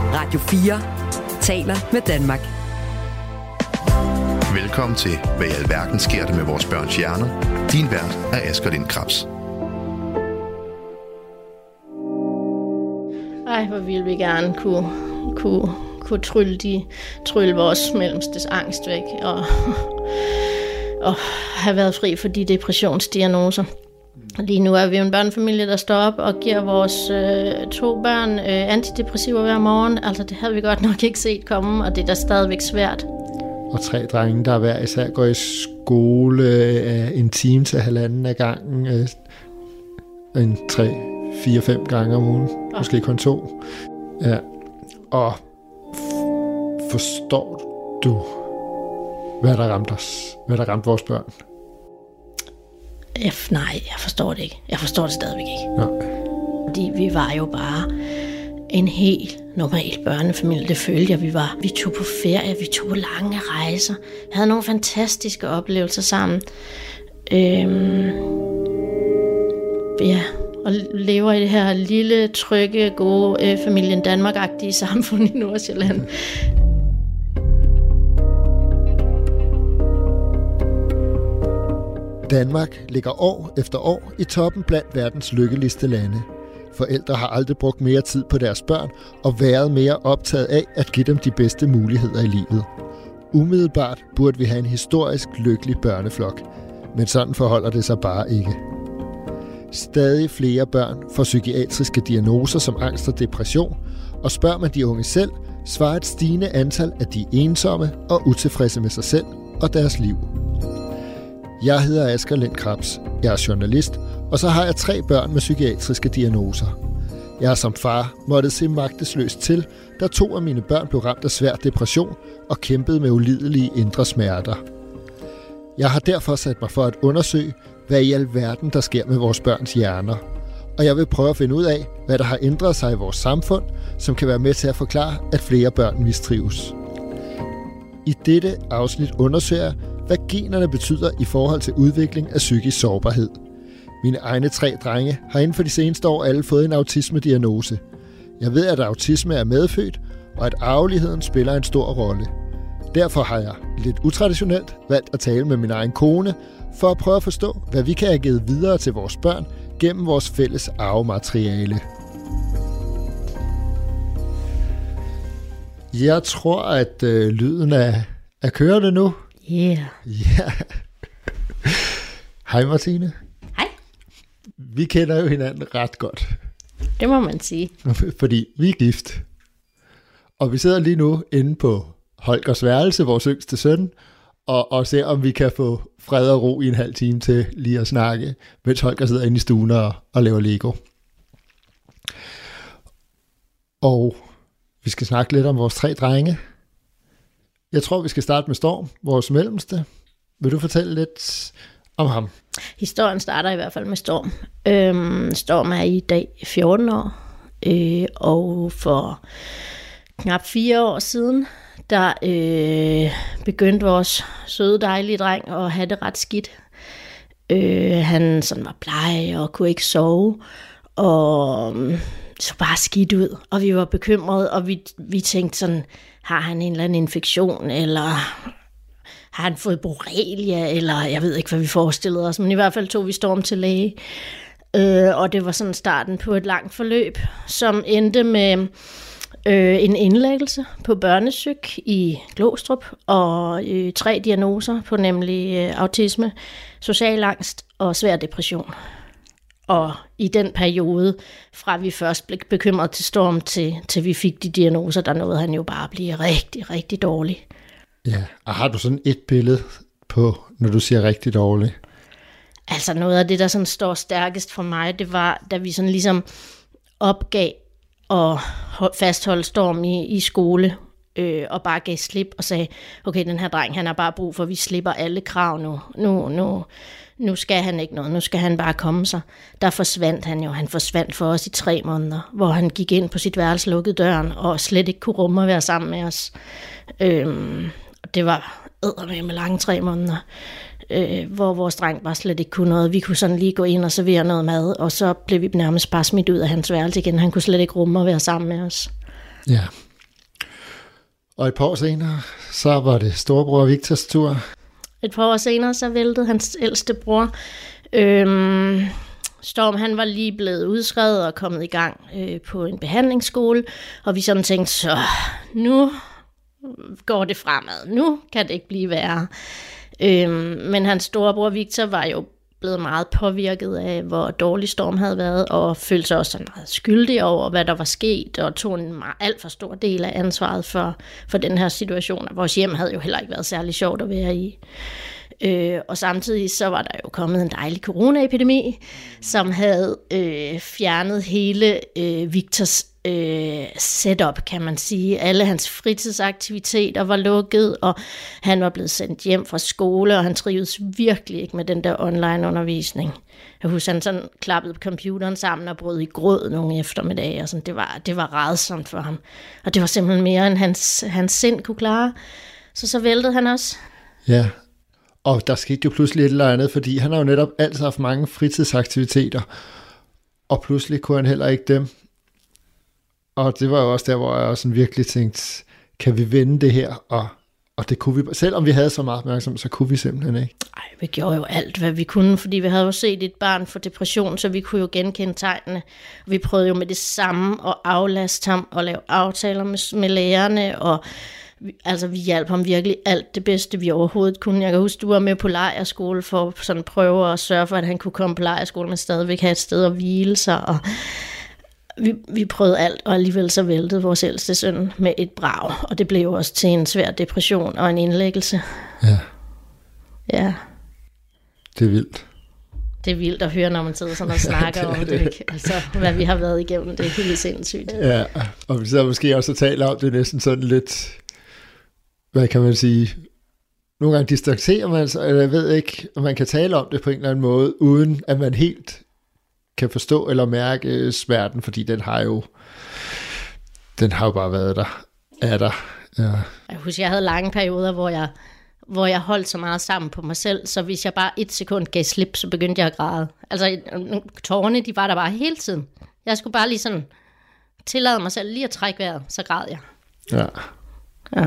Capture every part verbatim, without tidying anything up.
Radio fire taler med Danmark. Velkommen til Hvad i alverden sker der med vores børns hjerner? Din vært er Asger Lind Krabs. Ej, hvor ville vi gerne kunne, kunne, kunne trylle, de, trylle vores mellemstes angst væk og, og have været fri for de depressionsdiagnoser. Lige nu er vi jo en børnefamilie, der står op og giver vores øh, to børn øh, antidepressiver hver morgen. Altså det havde vi godt nok ikke set komme, og det er da stadigvæk svært. Og tre drenge, der hver især går i skole øh, en time til halvanden af gangen. Øh, en tre, fire, fem gange om ugen. Ja. Måske kun to. Ja. Og f- forstår du, hvad der ramte os? Hvad der ramte vores børn? Jeg, nej, jeg forstår det ikke. Jeg forstår det stadigvæk ikke. Nej. Fordi vi var jo bare en helt normal børnefamilie. Det følte jeg, vi var. Vi tog på ferie, vi tog på lange rejser. Vi havde nogle fantastiske oplevelser sammen. Øhm, ja, og lever i det her lille, trygge, gode, øh, familien Danmark-agtige samfund i Nordsjælland. Danmark ligger år efter år i toppen blandt verdens lykkeligste lande. Forældre har aldrig brugt mere tid på deres børn og været mere optaget af at give dem de bedste muligheder i livet. Umiddelbart burde vi have en historisk lykkelig børneflok, men sådan forholder det sig bare ikke. Stadig flere børn får psykiatriske diagnoser som angst og depression, og spørger man de unge selv, svarer et stigende antal af de ensomme og utilfredse med sig selv og deres liv. Jeg hedder Asger Lind Krabs. Jeg er journalist, og så har jeg tre børn med psykiatriske diagnoser. Jeg har som far måttet se magtesløst til, da to af mine børn blev ramt af svær depression og kæmpede med ulidelige indre smerter. Jeg har derfor sat mig for at undersøge, hvad i alverden der sker med vores børns hjerner. Og jeg vil prøve at finde ud af, hvad der har ændret sig i vores samfund, som kan være med til at forklare, at flere børn mistrives. I dette afsnit undersøger jeg, hvad generne betyder i forhold til udvikling af psykisk sårbarhed. Mine egne tre drenge har inden for de seneste år alle fået en autisme-diagnose. Jeg ved, at autisme er medfødt, og at arveligheden spiller en stor rolle. Derfor har jeg lidt utraditionelt valgt at tale med min egen kone, for at prøve at forstå, hvad vi kan have givet videre til vores børn gennem vores fælles arvemateriale. Jeg tror, at øh, lyden er, er kørende nu. Yeah. Ja. Hej Martine. Hej. Vi kender jo hinanden ret godt. Det må man sige. Fordi vi er gift. Og vi sidder lige nu inde på Holgers værelse, vores yngste søn, og, og ser, om vi kan få fred og ro i en halv time til lige at snakke, mens Holger sidder inde i stuen og, og laver Lego. Og vi skal snakke lidt om vores tre drenge. Jeg tror, vi skal starte med Storm, vores mellemste. Vil du fortælle lidt om ham? Historien starter i hvert fald med Storm. Øhm, Storm er i dag fjorten år, øh, og for knap fire år siden, der øh, begyndte vores søde, dejlige dreng at have det ret skidt. Øh, han sådan var bleg og kunne ikke sove, og så bare skidt ud, og vi var bekymrede, og vi, vi tænkte sådan, har han en eller anden infektion, eller har han fået borrelia, eller jeg ved ikke, hvad vi forestillede os, men i hvert fald tog vi Storm til læge, øh, og det var sådan starten på et langt forløb, som endte med øh, en indlæggelse på børnesyg i Glostrup, og øh, tre diagnoser på nemlig øh, autisme, social angst og svær depression. Og i den periode, fra vi først blev bekymret til Storm, til, til vi fik de diagnoser, der nåede han jo bare at blive rigtig, rigtig dårlig. Ja, og har du sådan et billede på, når du siger rigtig dårlig? Altså noget af det, der sådan står stærkest for mig, det var, da vi sådan ligesom opgav at fastholde Storm i, i skole, øh, og bare gav slip og sagde, okay, den her dreng, han har bare brug for, at vi slipper alle krav nu. Nu, nu, nu skal han ikke noget, nu skal han bare komme sig. Der forsvandt han jo, han forsvandt for os i tre måneder, hvor han gik ind på sit værelse, lukkede døren, og slet ikke kunne rumme at være sammen med os. Øhm, det var eddermame med lange tre måneder, øh, hvor vores dreng bare slet ikke kunne noget. Vi kunne sådan lige gå ind og servere noget mad, og så blev vi nærmest bare smidt ud af hans værelse igen. Han kunne slet ikke rumme at være sammen med os. Ja, Og et par år senere, så var det storebror Victors tur. Et par år senere, så væltede hans ældste bror. Øhm, Storm, han var lige blevet udskrevet og kommet i gang øh, på en behandlingsskole, og vi sådan tænkte, så nu går det fremad. Nu kan det ikke blive værre. Øhm, men hans storebror Victor var jo blevet meget påvirket af, hvor dårlig Storm havde været, og følte sig også sådan meget skyldig over, hvad der var sket, og tog en meget, alt for stor del af ansvaret for, for den her situation. Vores hjem havde jo heller ikke været særlig sjovt at være i. Øh, og samtidig så var der jo kommet en dejlig coronaepidemi, som havde øh, fjernet hele øh, Victors øh, setup, kan man sige. Alle hans fritidsaktiviteter var lukket, og han var blevet sendt hjem fra skole, og han trivedes virkelig ikke med den der online-undervisning. Jeg husker, han sådan klappede computeren sammen og brød i gråd nogle eftermiddage, og sådan. Det var, det var rædsomt for ham. Og det var simpelthen mere, end hans, hans sind kunne klare. Så så væltede han også. Ja, og der skete jo pludselig et eller andet, fordi han har jo netop altid haft mange fritidsaktiviteter, og pludselig kunne han heller ikke dem. Og det var jo også der, hvor jeg også sådan virkelig tænkte, kan vi vende det her? Og, og det kunne vi, selvom vi havde så meget opmærksomhed, så kunne vi simpelthen ikke. Ej, vi gjorde jo alt, hvad vi kunne, fordi vi havde jo set et barn få depression, så vi kunne jo genkende tegnene. Vi prøvede jo med det samme at aflaste ham og lave aftaler med, med lærerne, og vi, altså vi hjalp ham virkelig alt det bedste, vi overhovedet kunne. Jeg kan huske, du var med på lejrskole for sådan prøve at sørge for, at han kunne komme på lejrskole, men stadigvæk have et sted at hvile sig, og Vi, vi prøvede alt, og alligevel så væltede vores ældste søn med et brag, og det blev jo også til en svær depression og en indlæggelse. Ja. Ja. Det er vildt. Det er vildt at høre, når man sidder sådan og snakker ja, det om det, det. Altså, hvad vi har været igennem, det er helt sindssygt. Ja, og vi så måske også taler om det næsten sådan lidt, hvad kan man sige, nogle gange distancerer man sig, eller jeg ved ikke, om man kan tale om det på en eller anden måde, uden at man helt kan forstå eller mærke smerten, fordi den har jo den har jo bare været der, er der. Ja. Jeg husker, jeg havde lange perioder, hvor jeg, hvor jeg holdt så meget sammen på mig selv, så hvis jeg bare et sekund gav slip, så begyndte jeg at græde. Altså, tårerne, de var der bare hele tiden. Jeg skulle bare lige sådan tillade mig selv lige at trække vejret, så græd jeg. Ja. Ja.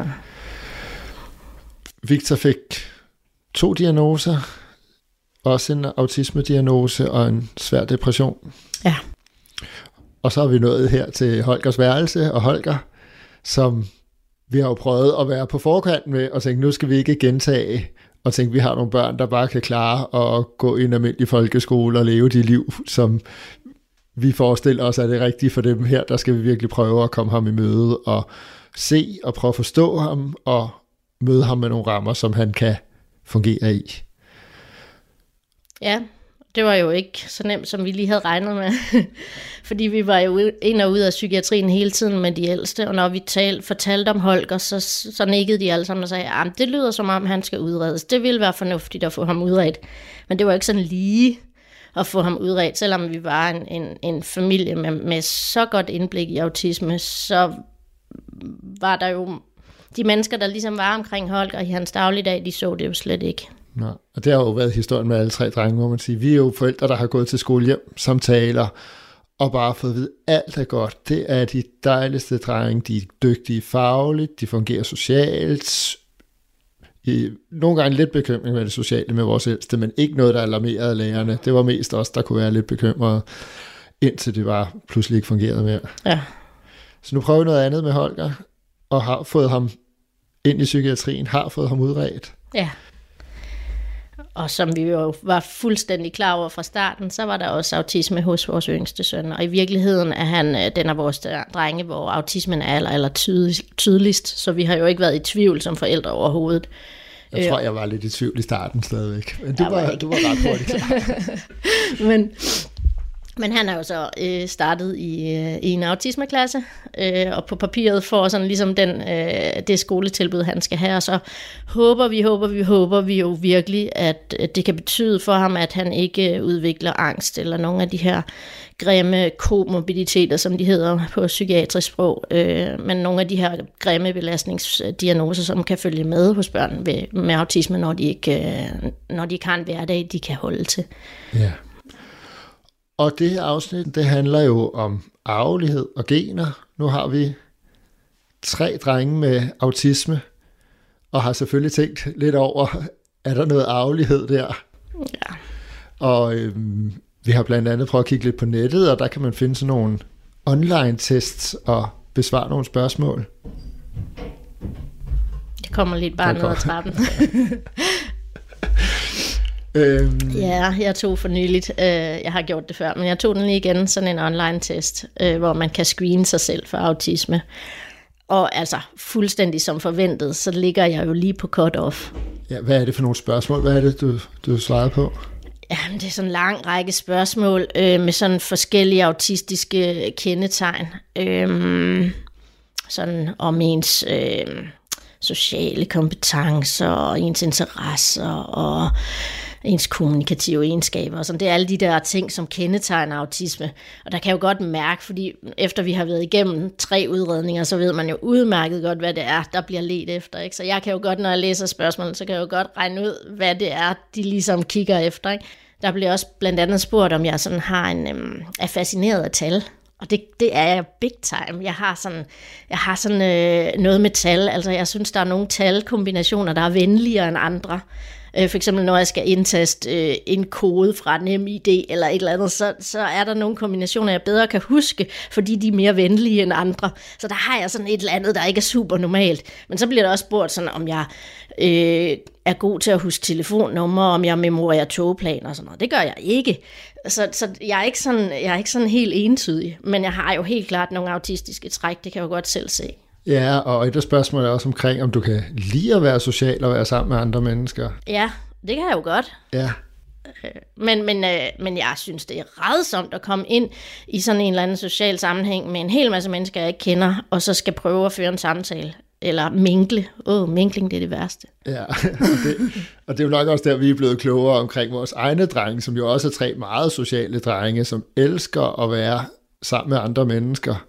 Victor fik to diagnoser, også en autismediagnose og en svær depression. Ja. Og så har vi nået her til Holgers værelse, og Holger, som vi har jo prøvet at være på forkant med, og tænke, nu skal vi ikke gentage, og tænke, vi har nogle børn, der bare kan klare at gå i en almindelig folkeskole og leve de liv, som vi forestiller os er det rigtige for dem her. Der skal vi virkelig prøve at komme ham i møde, og se og prøve at forstå ham, og møde ham med nogle rammer, som han kan fungere i. Ja, det var jo ikke så nemt, som vi lige havde regnet med, fordi vi var jo ind og ud af psykiatrien hele tiden med de ældste, og når vi tal, fortalte om Holger, så, så nikkede de alle sammen og sagde, at det lyder som om, han skal udredes. Det ville være fornuftigt at få ham udredt, men det var ikke sådan lige at få ham udredt, selvom vi var en, en, en familie med, med så godt indblik i autisme, så var der jo de mennesker, der ligesom var omkring Holger i hans dagligdag, de så det jo slet ikke. Nå, og det har jo været historien med alle tre drenge, må man sige. Vi er jo forældre, der har gået til skolehjem, samtaler, og bare fået at vide, alt er godt. Det er de dejligste drenge, de er dygtige fagligt, de fungerer socialt. I, nogle gange lidt bekymring med det sociale med vores ældste, men ikke noget, der alarmerede lærerne. Det var mest os, der kunne være lidt bekymrede, indtil det bare pludselig ikke fungerede mere. Ja. Så nu prøver vi noget andet med Holger, og har fået ham ind i psykiatrien, har fået ham udredt. Ja. Og som vi jo var fuldstændig klar over fra starten, så var der også autisme hos vores yngste søn. Og i virkeligheden er han den af vores drenge, hvor autismen er aller, aller tydeligst. Så vi har jo ikke været i tvivl som forældre overhovedet. Jeg tror, jeg var lidt i tvivl i starten stadigvæk. Men du, var, du var ret hurtigt klar. men, men han er jo så øh, startet i, øh, i en autismeklasse, øh, og på papiret får sådan ligesom den, øh, det skoletilbud, han skal have. Og så håber vi, håber vi, håber vi jo virkelig, at, at det kan betyde for ham, at han ikke udvikler angst eller nogle af de her grimme komorbiditeter, som de hedder på psykiatrisk sprog, øh, men nogle af de her grimme belastningsdiagnoser, som kan følge med hos børn med, med autisme, når de, ikke, øh, når de ikke har en hverdag, de kan holde til. Ja. Og det her afsnit, det handler jo om arvelighed og gener. Nu har vi tre drenge med autisme, og har selvfølgelig tænkt lidt over, er der noget arvelighed der? Ja. Og øhm, vi har blandt andet prøvet at kigge lidt på nettet, og der kan man finde sådan nogle online-tests og besvare nogle spørgsmål. Det kommer lidt bare ned ad trappen. øhm. Ja, jeg tog for nyligt, øh, jeg har gjort det før, men jeg tog den lige igen, sådan en online-test, øh, hvor man kan screene sig selv for autisme. Og altså fuldstændig som forventet, så ligger jeg jo lige på cut-off. Ja, hvad er det for nogle spørgsmål? Hvad er det, du, du svarede på? Jamen, det er sådan en lang række spørgsmål øh, med sådan forskellige autistiske kendetegn. Øh, sådan om ens øh, sociale kompetencer og ens interesser og ens kommunikative egenskaber. Og sådan. Det er alle de der ting, som kendetegner autisme. Og der kan jeg jo godt mærke, fordi efter vi har været igennem tre udredninger, så ved man jo udmærket godt, hvad det er, der bliver ledt efter. Ikke? Så jeg kan jo godt, når jeg læser spørgsmålet, så kan jeg jo godt regne ud, hvad det er, de ligesom kigger efter. Ikke? Der bliver også blandt andet spurgt, om jeg sådan har en, øhm, er fascineret af tal. Og det, det er jeg big time. Jeg har sådan, jeg har sådan øh, noget med tal. Altså jeg synes, der er nogle talkombinationer, der er venligere end andre. Øh, for eksempel når jeg skal indtaste øh, en kode fra NemID eller et eller andet, så, så er der nogle kombinationer, jeg bedre kan huske, fordi de er mere venlige end andre. Så der har jeg sådan et eller andet, der ikke er super normalt. Men så bliver der også spurgt, sådan, om jeg øh, er god til at huske telefonnummer, om jeg memorerer togplaner og sådan noget. Det gør jeg ikke. Så, så jeg, er ikke sådan, jeg er ikke sådan helt entydig, men jeg har jo helt klart nogle autistiske træk, det kan jeg jo godt selv se. Ja, og et af spørgsmålene er også omkring, om du kan lide at være social og være sammen med andre mennesker. Ja, det kan jeg jo godt. Ja. Men, men, øh, men jeg synes, det er rædsomt at komme ind i sådan en eller anden social sammenhæng med en hel masse mennesker, jeg ikke kender, og så skal prøve at føre en samtale. Eller minkle. Åh, oh, minkling, det er det værste. Ja, og det, og det er jo nok også der, vi er blevet klogere omkring vores egne drenge, som jo også er tre meget sociale drenge, som elsker at være sammen med andre mennesker.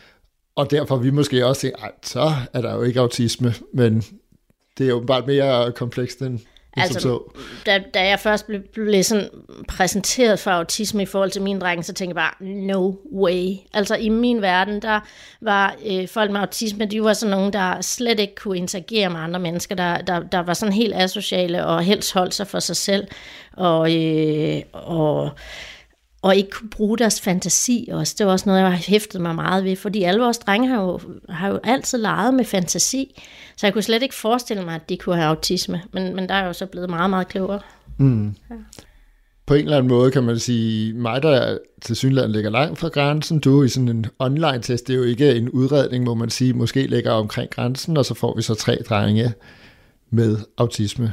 Og derfor vi måske også tænker, ej, så er der jo ikke autisme, men det er jo bare mere komplekst end, end altså, som så. Da, da jeg først blev, blev sådan præsenteret for autisme i forhold til mine drenge, så tænkte jeg bare, no way. Altså i min verden, der var øh, folk med autisme, de var sådan nogle, der slet ikke kunne interagere med andre mennesker, der, der, der var sådan helt asociale og helst holdt sig for sig selv. Og... Øh, og og ikke kunne bruge deres fantasi også. Det var også noget, jeg har hæftet mig meget ved, fordi alle vores drenge har jo, har jo altid leget med fantasi, så jeg kunne slet ikke forestille mig, at de kunne have autisme, men, men der er jo så blevet meget, meget klogere. Mm. Ja. På en eller anden måde kan man sige, mig der til synligheden ligger langt fra grænsen, du i sådan en online-test, det er jo ikke en udredning, må man sige, måske ligger omkring grænsen, og så får vi så tre drenge med autisme.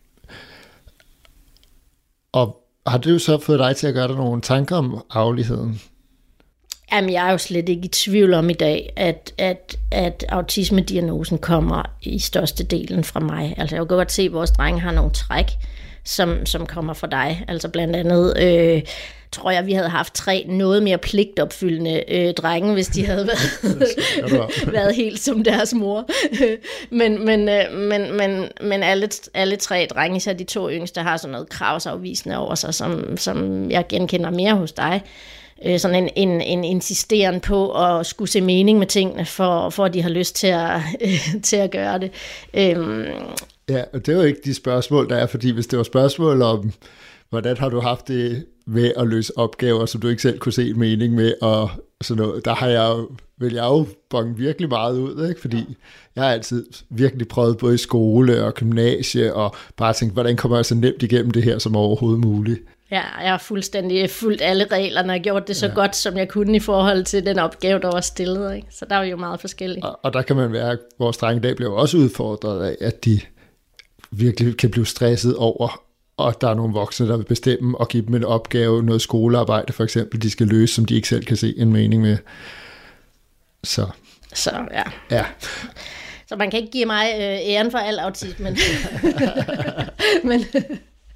Og har det jo så fået dig til at gøre dig nogle tanker om arveligheden? Jamen, jeg er jo slet ikke i tvivl om i dag, at, at, at autisme-diagnosen kommer i største delen fra mig. Altså, jeg kan godt se, at vores drenge har nogle træk, som, som kommer fra dig. Altså blandt andet, øh, tror jeg, vi havde haft tre noget mere pligtopfyldende øh, drenge, hvis de havde været, været helt som deres mor. men men, øh, men, men, men alle, alle tre drenge, så de to yngste, har sådan noget kravsafvisende over sig, som, som jeg genkender mere hos dig. Sådan en, en, en insisteren på at skulle se mening med tingene, for, for at de har lyst til at, til at gøre det. Øhm. Ja, og det er jo ikke de spørgsmål, der er, fordi hvis det var spørgsmål om, hvordan har du haft det med at løse opgaver, som du ikke selv kunne se mening med, og sådan noget, der har jeg jo, vil jeg jo bonge virkelig meget ud, ikke? Fordi jeg har altid virkelig prøvet både i skole og gymnasie, og bare tænkt, hvordan kommer jeg så nemt igennem det her som overhovedet muligt. Ja, jeg har fuldstændig fulgt alle reglerne og gjort det så ja. godt, som jeg kunne i forhold til den opgave, der var stillet. Ikke? Så der er jo meget forskelligt. Og, og der kan man være, at vores drenge i dag bliver også udfordret af, at de virkelig kan blive stresset over, og der er nogle voksne, der vil bestemme og give dem en opgave, noget skolearbejde for eksempel, de skal løse, som de ikke selv kan se en mening med. Så, så ja. ja. Så man kan ikke give mig øh, æren for al autismen. men...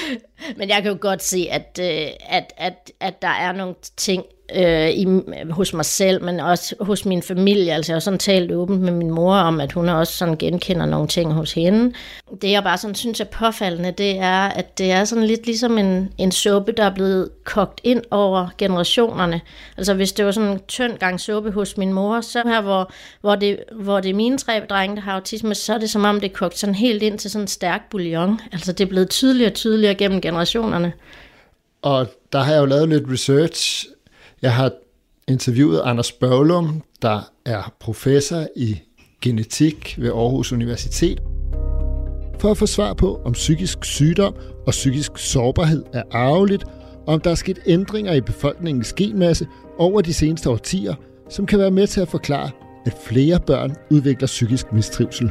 Men jeg kan jo godt se, at, at, at, at der er nogle ting øh, i, hos mig selv, men også hos min familie. Altså jeg har sådan talt åbent med min mor om, at hun også sådan genkender nogle ting hos hende. Det jeg bare sådan synes er påfaldende, det er, at det er sådan lidt ligesom en, en suppe, der er blevet kogt ind over generationerne. Altså hvis det var sådan en tynd gang suppe hos min mor, så her, hvor, hvor, det, hvor det er mine tre drenge, der har autisme, så er det som om, det er kogt sådan helt ind til sådan en stærk bouillon. Altså det er blevet tydeligere og tydeligere gennem generationerne. Og der har jeg jo lavet lidt research. Jeg har interviewet Anders Børglum, der er professor i genetik ved Aarhus Universitet, for at få svar på, om psykisk sygdom og psykisk sårbarhed er arveligt, og om der er sket ændringer i befolkningens genmasse over de seneste årtier, som kan være med til at forklare, at flere børn udvikler psykisk mistrivsel.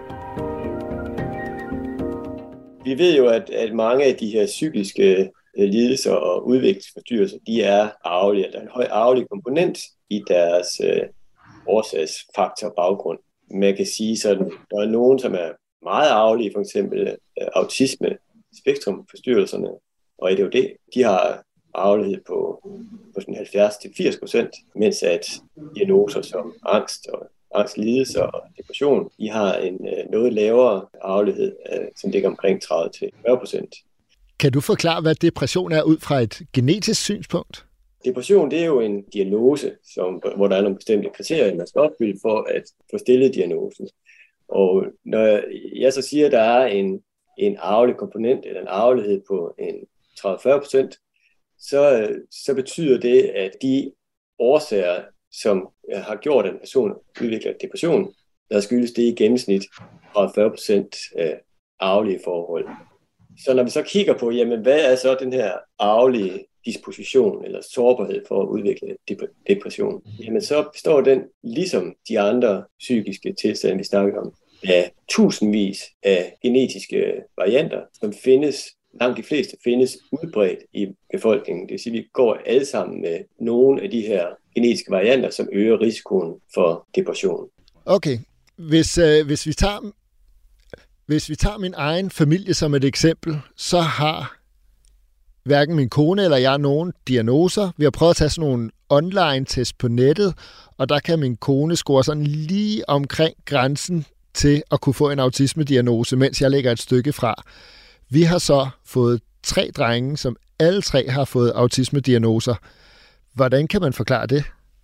Vi ved jo, at, at mange af de her psykiske lidelser og udviklingsforstyrrelser, de er arvelige. Der er en høj arvelig komponent i deres øh, årsagsfaktor baggrund. Man kan sige sådan, der er nogen, som er meget arvelige, for eksempel øh, autisme, spektrumforstyrrelserne og A D H D. De har arvelighed på, på sådan halvfjerds til firs procent, mens at diagnoser som angst og angstlidelser og depression, de har en øh, noget lavere arvelighed, øh, som ligger omkring tredive til fyrre procent. Kan du forklare, hvad depression er ud fra et genetisk synspunkt? Depression, det er jo en diagnose, som, hvor der er nogle bestemte kriterier, man skal opfylde for at få stillet diagnosen. Og når jeg så siger, at der er en, en arvelig komponent, eller en arvelighed på en tredive til fyrre procent, så, så betyder det, at de årsager, som har gjort, at en person udvikler depression, der skyldes det i gennemsnit tredive til fyrre procent arvelige forhold. Så når vi så kigger på, jamen, hvad er så den her arvelige disposition eller sårbarhed for at udvikle depression, jamen så består den, ligesom de andre psykiske tilstande, vi snakker om, af tusindvis af genetiske varianter, som findes, langt de fleste findes udbredt i befolkningen. Det vil sige, at vi går alle sammen med nogle af de her genetiske varianter, som øger risikoen for depression. Okay, hvis, øh, hvis vi tager... Hvis vi tager min egen familie som et eksempel, så har hverken min kone eller jeg nogen diagnoser. Vi har prøvet at tage sådan nogle online-test på nettet, og der kan min kone score sådan lige omkring grænsen til at kunne få en autisme-diagnose, mens jeg ligger et stykke fra. Vi har så fået tre drenge, som alle tre har fået autisme-diagnoser. Hvordan kan man forklare det?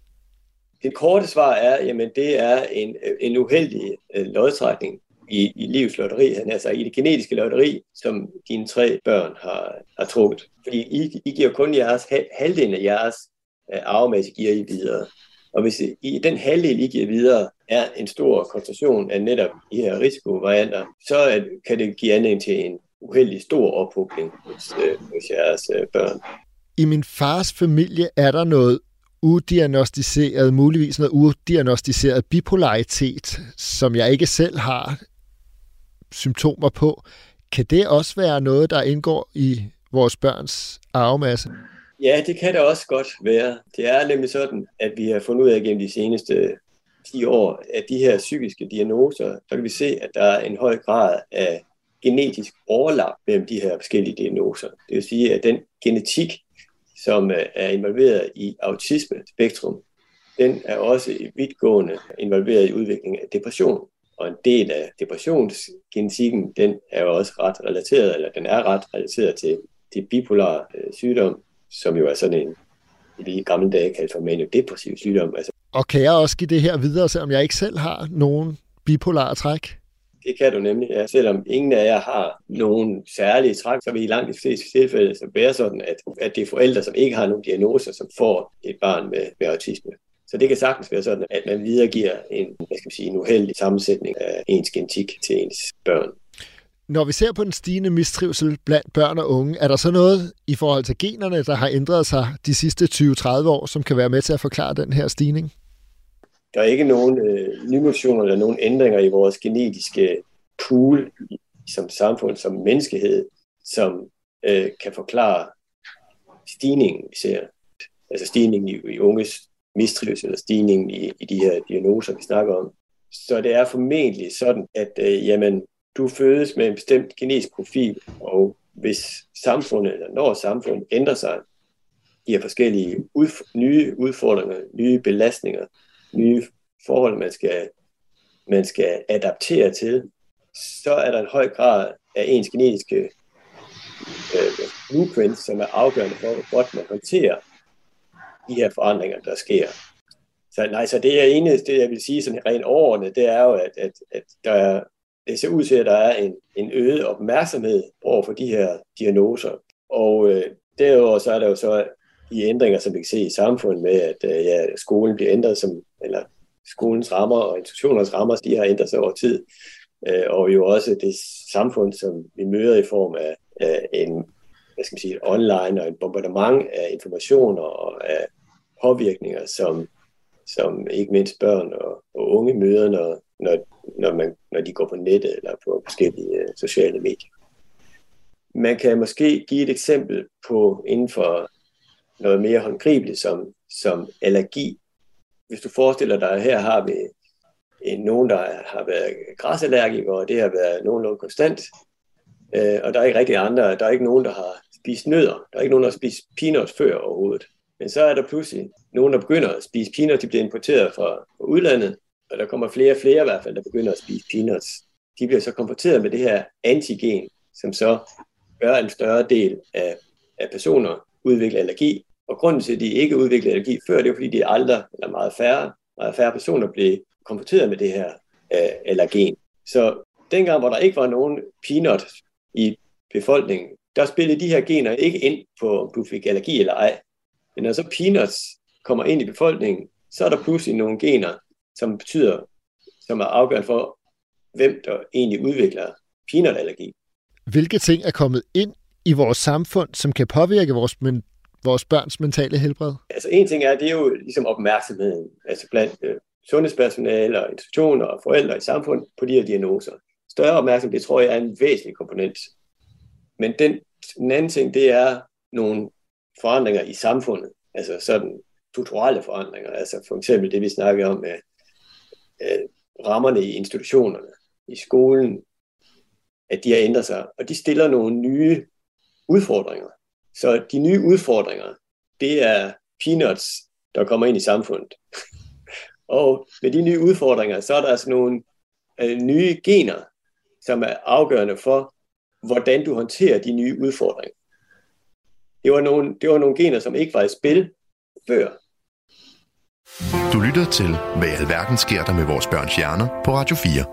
Det korte svar er, jamen det er en, en uheldig øh, lodtrækning i, i livets lotteri, altså i det genetiske lotteri, som dine tre børn har, har trukket. Fordi I, I giver kun jeres, halvdelen af jeres øh, arvemasse giver I videre. Og hvis I, i den halvdel, I giver videre, er en stor koncentration af netop de her risikovarianter, så øh, kan det give anledning til en uheldig stor ophobning hos, øh, hos jeres øh, børn. I min fars familie er der noget udiagnostiseret, muligvis noget udiagnostiseret bipolaritet, som jeg ikke selv har symptomer på. Kan det også være noget, der indgår i vores børns arvemasse? Ja, det kan det også godt være. Det er nemlig sådan, at vi har fundet ud af gennem de seneste ti år, at de her psykiske diagnoser, så kan vi se, at der er en høj grad af genetisk overlap mellem de her forskellige diagnoser. Det vil sige, at den genetik, som er involveret i autisme-spektrum, den er også vidtgående involveret i udviklingen af depression. Og en del af depressionsgenetikken, den er jo også ret relateret, eller den er ret relateret til, til bipolar øh, sygdom, som jo er sådan en, i de gamle dage kaldt for maniodepressiv sygdom. Altså, og kan jeg også give det her videre, selvom jeg ikke selv har nogen bipolare træk? Det kan du nemlig, ja. Selvom ingen af jer har nogen særlige træk, så vil i langt de fleste tilfælde så være sådan, at, at det er forældre, som ikke har nogen diagnoser, som får et barn med, med autisme. Så det kan sagtens være sådan, at man videregiver en, hvad skal man sige, en uheldig sammensætning af ens genetik til ens børn. Når vi ser på den stigende mistrivsel blandt børn og unge, er der så noget i forhold til generne, der har ændret sig de sidste tyve til tredive år, som kan være med til at forklare den her stigning? Der er ikke nogen øh, nye mutationer eller nogen ændringer i vores genetiske pool som samfund, som menneskehed, som øh, kan forklare stigningen, vi ser. Altså stigningen i, i unges mistrivsel eller stigningen i, i de her diagnoser, vi snakker om. Så det er formentlig sådan, at øh, jamen, du fødes med en bestemt genetisk profil, og hvis samfundet, eller når samfundet ændrer sig, giver forskellige udf- nye udfordringer, nye belastninger, nye forhold, man skal, man skal adaptere til, så er der en høj grad af ens genetiske øh, blueprint, som er afgørende for, hvor godt man håndterer de her forandringer, der sker. Så, nej, så det er eneste, det jeg vil sige sådan rent overordnet, det er jo, at, at, at der er, det ser ud til, at der er en, en øget opmærksomhed over for de her diagnoser. Og øh, derudover så er der jo så de ændringer, som vi kan se i samfundet med, at øh, ja, skolen bliver ændret, som, eller skolens rammer og institutionernes rammer, de har ændret sig over tid. Øh, og jo også det samfund, som vi møder i form af, af en, hvad skal man sige, online og en bombardement af informationer og af påvirkninger, som, som ikke mindst børn og, og unge møder, når, når, når, man, når de går på nettet eller på forskellige uh, sociale medier. Man kan måske give et eksempel på inden for noget mere håndgribeligt som, som allergi. Hvis du forestiller dig, at her har vi en, nogen, der har været græsallergikere, og det har været nogenlunde konstant, øh, og der er ikke rigtig andre, der er ikke nogen, der har spist nødder, der er ikke nogen, der har spist peanuts før overhovedet. Men så er der pludselig nogen, der begynder at spise peanuts, de bliver importeret fra, fra udlandet, og der kommer flere og flere i hvert fald, der begynder at spise peanuts. De bliver så konfronteret med det her antigen, som så gør en større del af, af personer udvikler allergi. Og grunden til, at de ikke udvikler allergi før, det er fordi, de aldrig, eller meget færre, meget færre personer blev konfronteret med det her øh, allergen. Så dengang, hvor der ikke var nogen peanut i befolkningen, der spillede de her gener ikke ind på, om du fik allergi eller ej. Men når så peanuts kommer ind i befolkningen, så er der pludselig nogle gener, som betyder, som er afgørende for, hvem der egentlig udvikler peanutallergi. Hvilke ting er kommet ind i vores samfund, som kan påvirke vores, men, vores børns mentale helbred? Altså en ting er, det er jo ligesom opmærksomheden, altså blandt øh, sundhedspersonale og institutioner og forældre i samfundet på de her diagnoser. Større opmærksomhed, det tror jeg er en væsentlig komponent. Men den, den anden ting, det er nogle forandringer i samfundet, altså sådan strukturelle forandringer, altså for eksempel det, vi snakker om med øh, rammerne i institutionerne, i skolen, at de har ændret sig, og de stiller nogle nye udfordringer. Så de nye udfordringer, det er peanuts, der kommer ind i samfundet. Og med de nye udfordringer, så er der altså nogle øh, nye gener, som er afgørende for, hvordan du håndterer de nye udfordringer. Det var nogle, det var nogle gener, som ikke var i spil før. Du lytter til, hvad i alverden sker der med vores børns hjerner på Radio fire.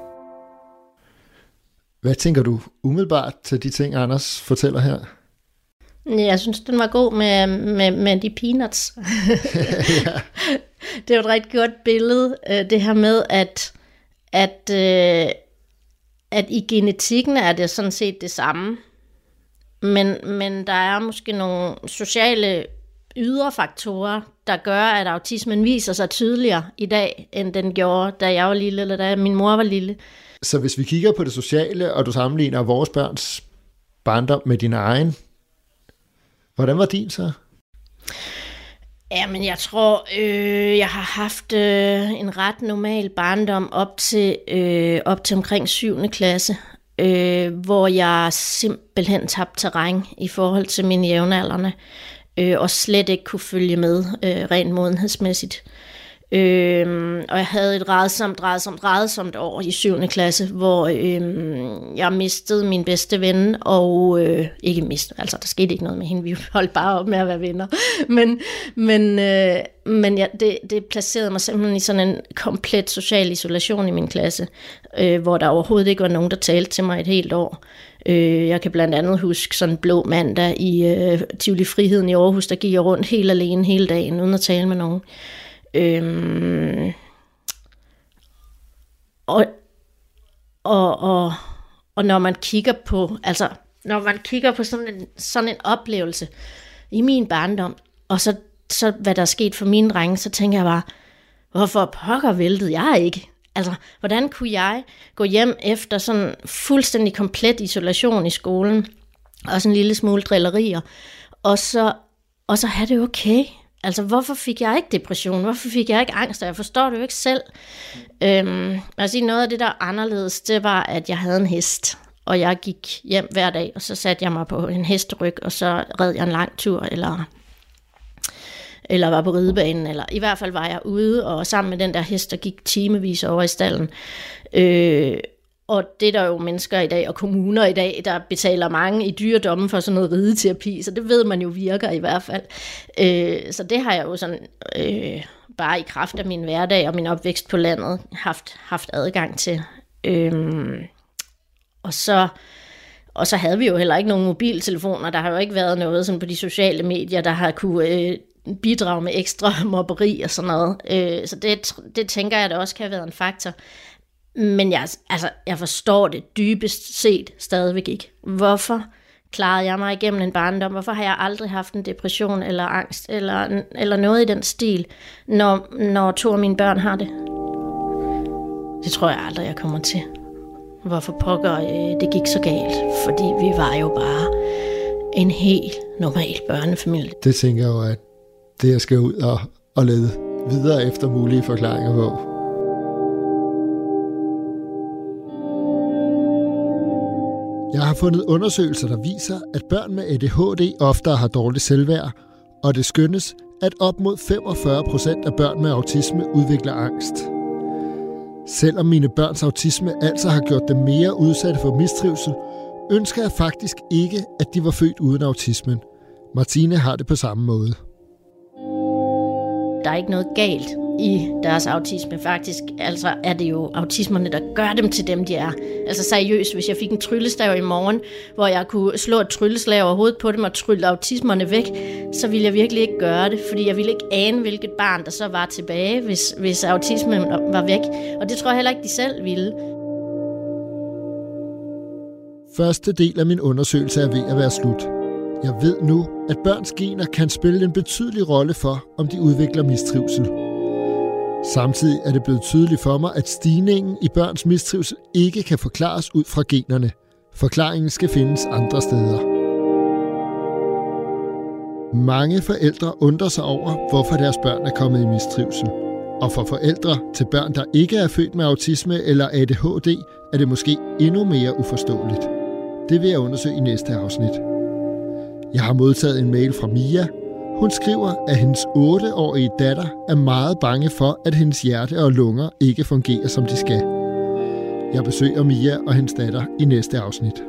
Hvad tænker du umiddelbart til de ting, Anders fortæller her? Jeg synes, den var god med, med, med de peanuts. Ja. Det er jo et rigtig godt billede, det her med, at, at, at i genetikken er det sådan set det samme. Men, men der er måske nogle sociale ydre faktorer, der gør, at autismen viser sig tydeligere i dag, end den gjorde, da jeg var lille, eller da min mor var lille. Så hvis vi kigger på det sociale, og du sammenligner vores børns barndom med din egen, hvordan var din så? Jamen, jeg tror, øh, jeg har haft øh, en ret normal barndom op til, øh, op til omkring syvende klasse, øh, hvor jeg simpelthen tabte terræn i forhold til mine jævnaldrende, øh, og slet ikke kunne følge med øh, rent modenhedsmæssigt. Øhm, og jeg havde et rædsomt, rædsomt, rædsomt år i syvende klasse, hvor øhm, jeg mistede min bedste ven, og øh, ikke mistede, altså der skete ikke noget med hende, vi holdt bare op med at være venner, men, men, øh, men ja, det, det placerede mig simpelthen i sådan en komplet social isolation i min klasse, øh, hvor der overhovedet ikke var nogen, der talte til mig et helt år. Øh, jeg kan blandt andet huske sådan en blå mandag i øh, Tivoli Friheden i Aarhus, der gik jeg rundt helt alene hele dagen, uden at tale med nogen. Øhm, og, og, og, og når man kigger på, altså når man kigger på sådan en, sådan en oplevelse i min barndom, og så, så hvad der er sket for mine drenge, så tænker jeg bare, hvorfor pokker væltede jeg ikke? Altså, hvordan kunne jeg gå hjem efter sådan fuldstændig komplet isolation i skolen, og sådan en lille smule drillerier, og så, og så have det okay? Altså, hvorfor fik jeg ikke depression? Hvorfor fik jeg ikke angst? Jeg forstår det jo ikke selv. Øhm, altså, noget af det, der er anderledes, det var, at jeg havde en hest. og jeg gik hjem hver dag, og så satte jeg mig på en hesteryg, og så red jeg en lang tur, eller, eller var på ridebanen, eller i hvert fald var jeg ude, og sammen med den der hest, der gik timevis over i stallen. Øh, og det er der jo mennesker i dag, og kommuner i dag, der betaler mange i dyredomme for sådan noget rideterapi, så det ved man jo virker i hvert fald. Øh, så det har jeg jo sådan, øh, bare i kraft af min hverdag og min opvækst på landet, haft, haft adgang til. Øh, og så... Og så havde vi jo heller ikke nogen mobiltelefoner. Der har jo ikke været noget sådan på de sociale medier, der har kunne øh, bidrage med ekstra mobberi og sådan noget. Øh, så det, det tænker jeg, der også kan have været en faktor. Men jeg, altså, jeg forstår det dybest set stadigvæk ikke. Hvorfor klarede jeg mig igennem en barndom? Hvorfor har jeg aldrig haft en depression eller angst eller, eller noget i den stil, når, når to af mine børn har det? Det tror jeg aldrig, jeg kommer til. Hvorfor pokker øh, det gik så galt? Fordi vi var jo bare en helt normal børnefamilie. Det tænker jeg jo, at det jeg skal ud og, og lede videre efter mulige forklaringer på. Jeg har fundet undersøgelser, der viser, at børn med A D H D oftere har dårligt selvværd, og det skønnes, at op mod femogfyrre procent af børn med autisme udvikler angst. Selvom mine børns autisme altså har gjort dem mere udsatte for mistrivsel, ønsker jeg faktisk ikke, at de var født uden autismen. Martine har det på samme måde. Der er ikke noget galt i deres autisme. Faktisk altså er det jo autismerne, der gør dem til dem, de er. Altså seriøst, hvis jeg fik en tryllestav i morgen, hvor jeg kunne slå et trylleslag over hovedet på dem og trylle autismerne væk, så ville jeg virkelig ikke gøre det, fordi jeg ville ikke ane, hvilket barn der så var tilbage, hvis, hvis autismen var væk. Og det tror jeg heller ikke, de selv ville. Første del af min undersøgelse er ved at være slut. Jeg ved nu, at børns gener kan spille en betydelig rolle for, om de udvikler mistrivsel. Samtidig er det blevet tydeligt for mig, at stigningen i børns mistrivsel ikke kan forklares ud fra generne. Forklaringen skal findes andre steder. Mange forældre undrer sig over, hvorfor deres børn er kommet i mistrivsel. Og for forældre til børn, der ikke er født med autisme eller A D H D, er det måske endnu mere uforståeligt. Det vil jeg undersøge i næste afsnit. Jeg har modtaget en mail fra Mia. Hun skriver, at hendes otteårige datter er meget bange for, at hendes hjerte og lunger ikke fungerer, som de skal. Jeg besøger Mia og hendes datter i næste afsnit.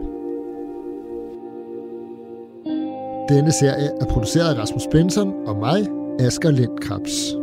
Denne serie er produceret af Rasmus Benson og mig, Asger Lind Krabs.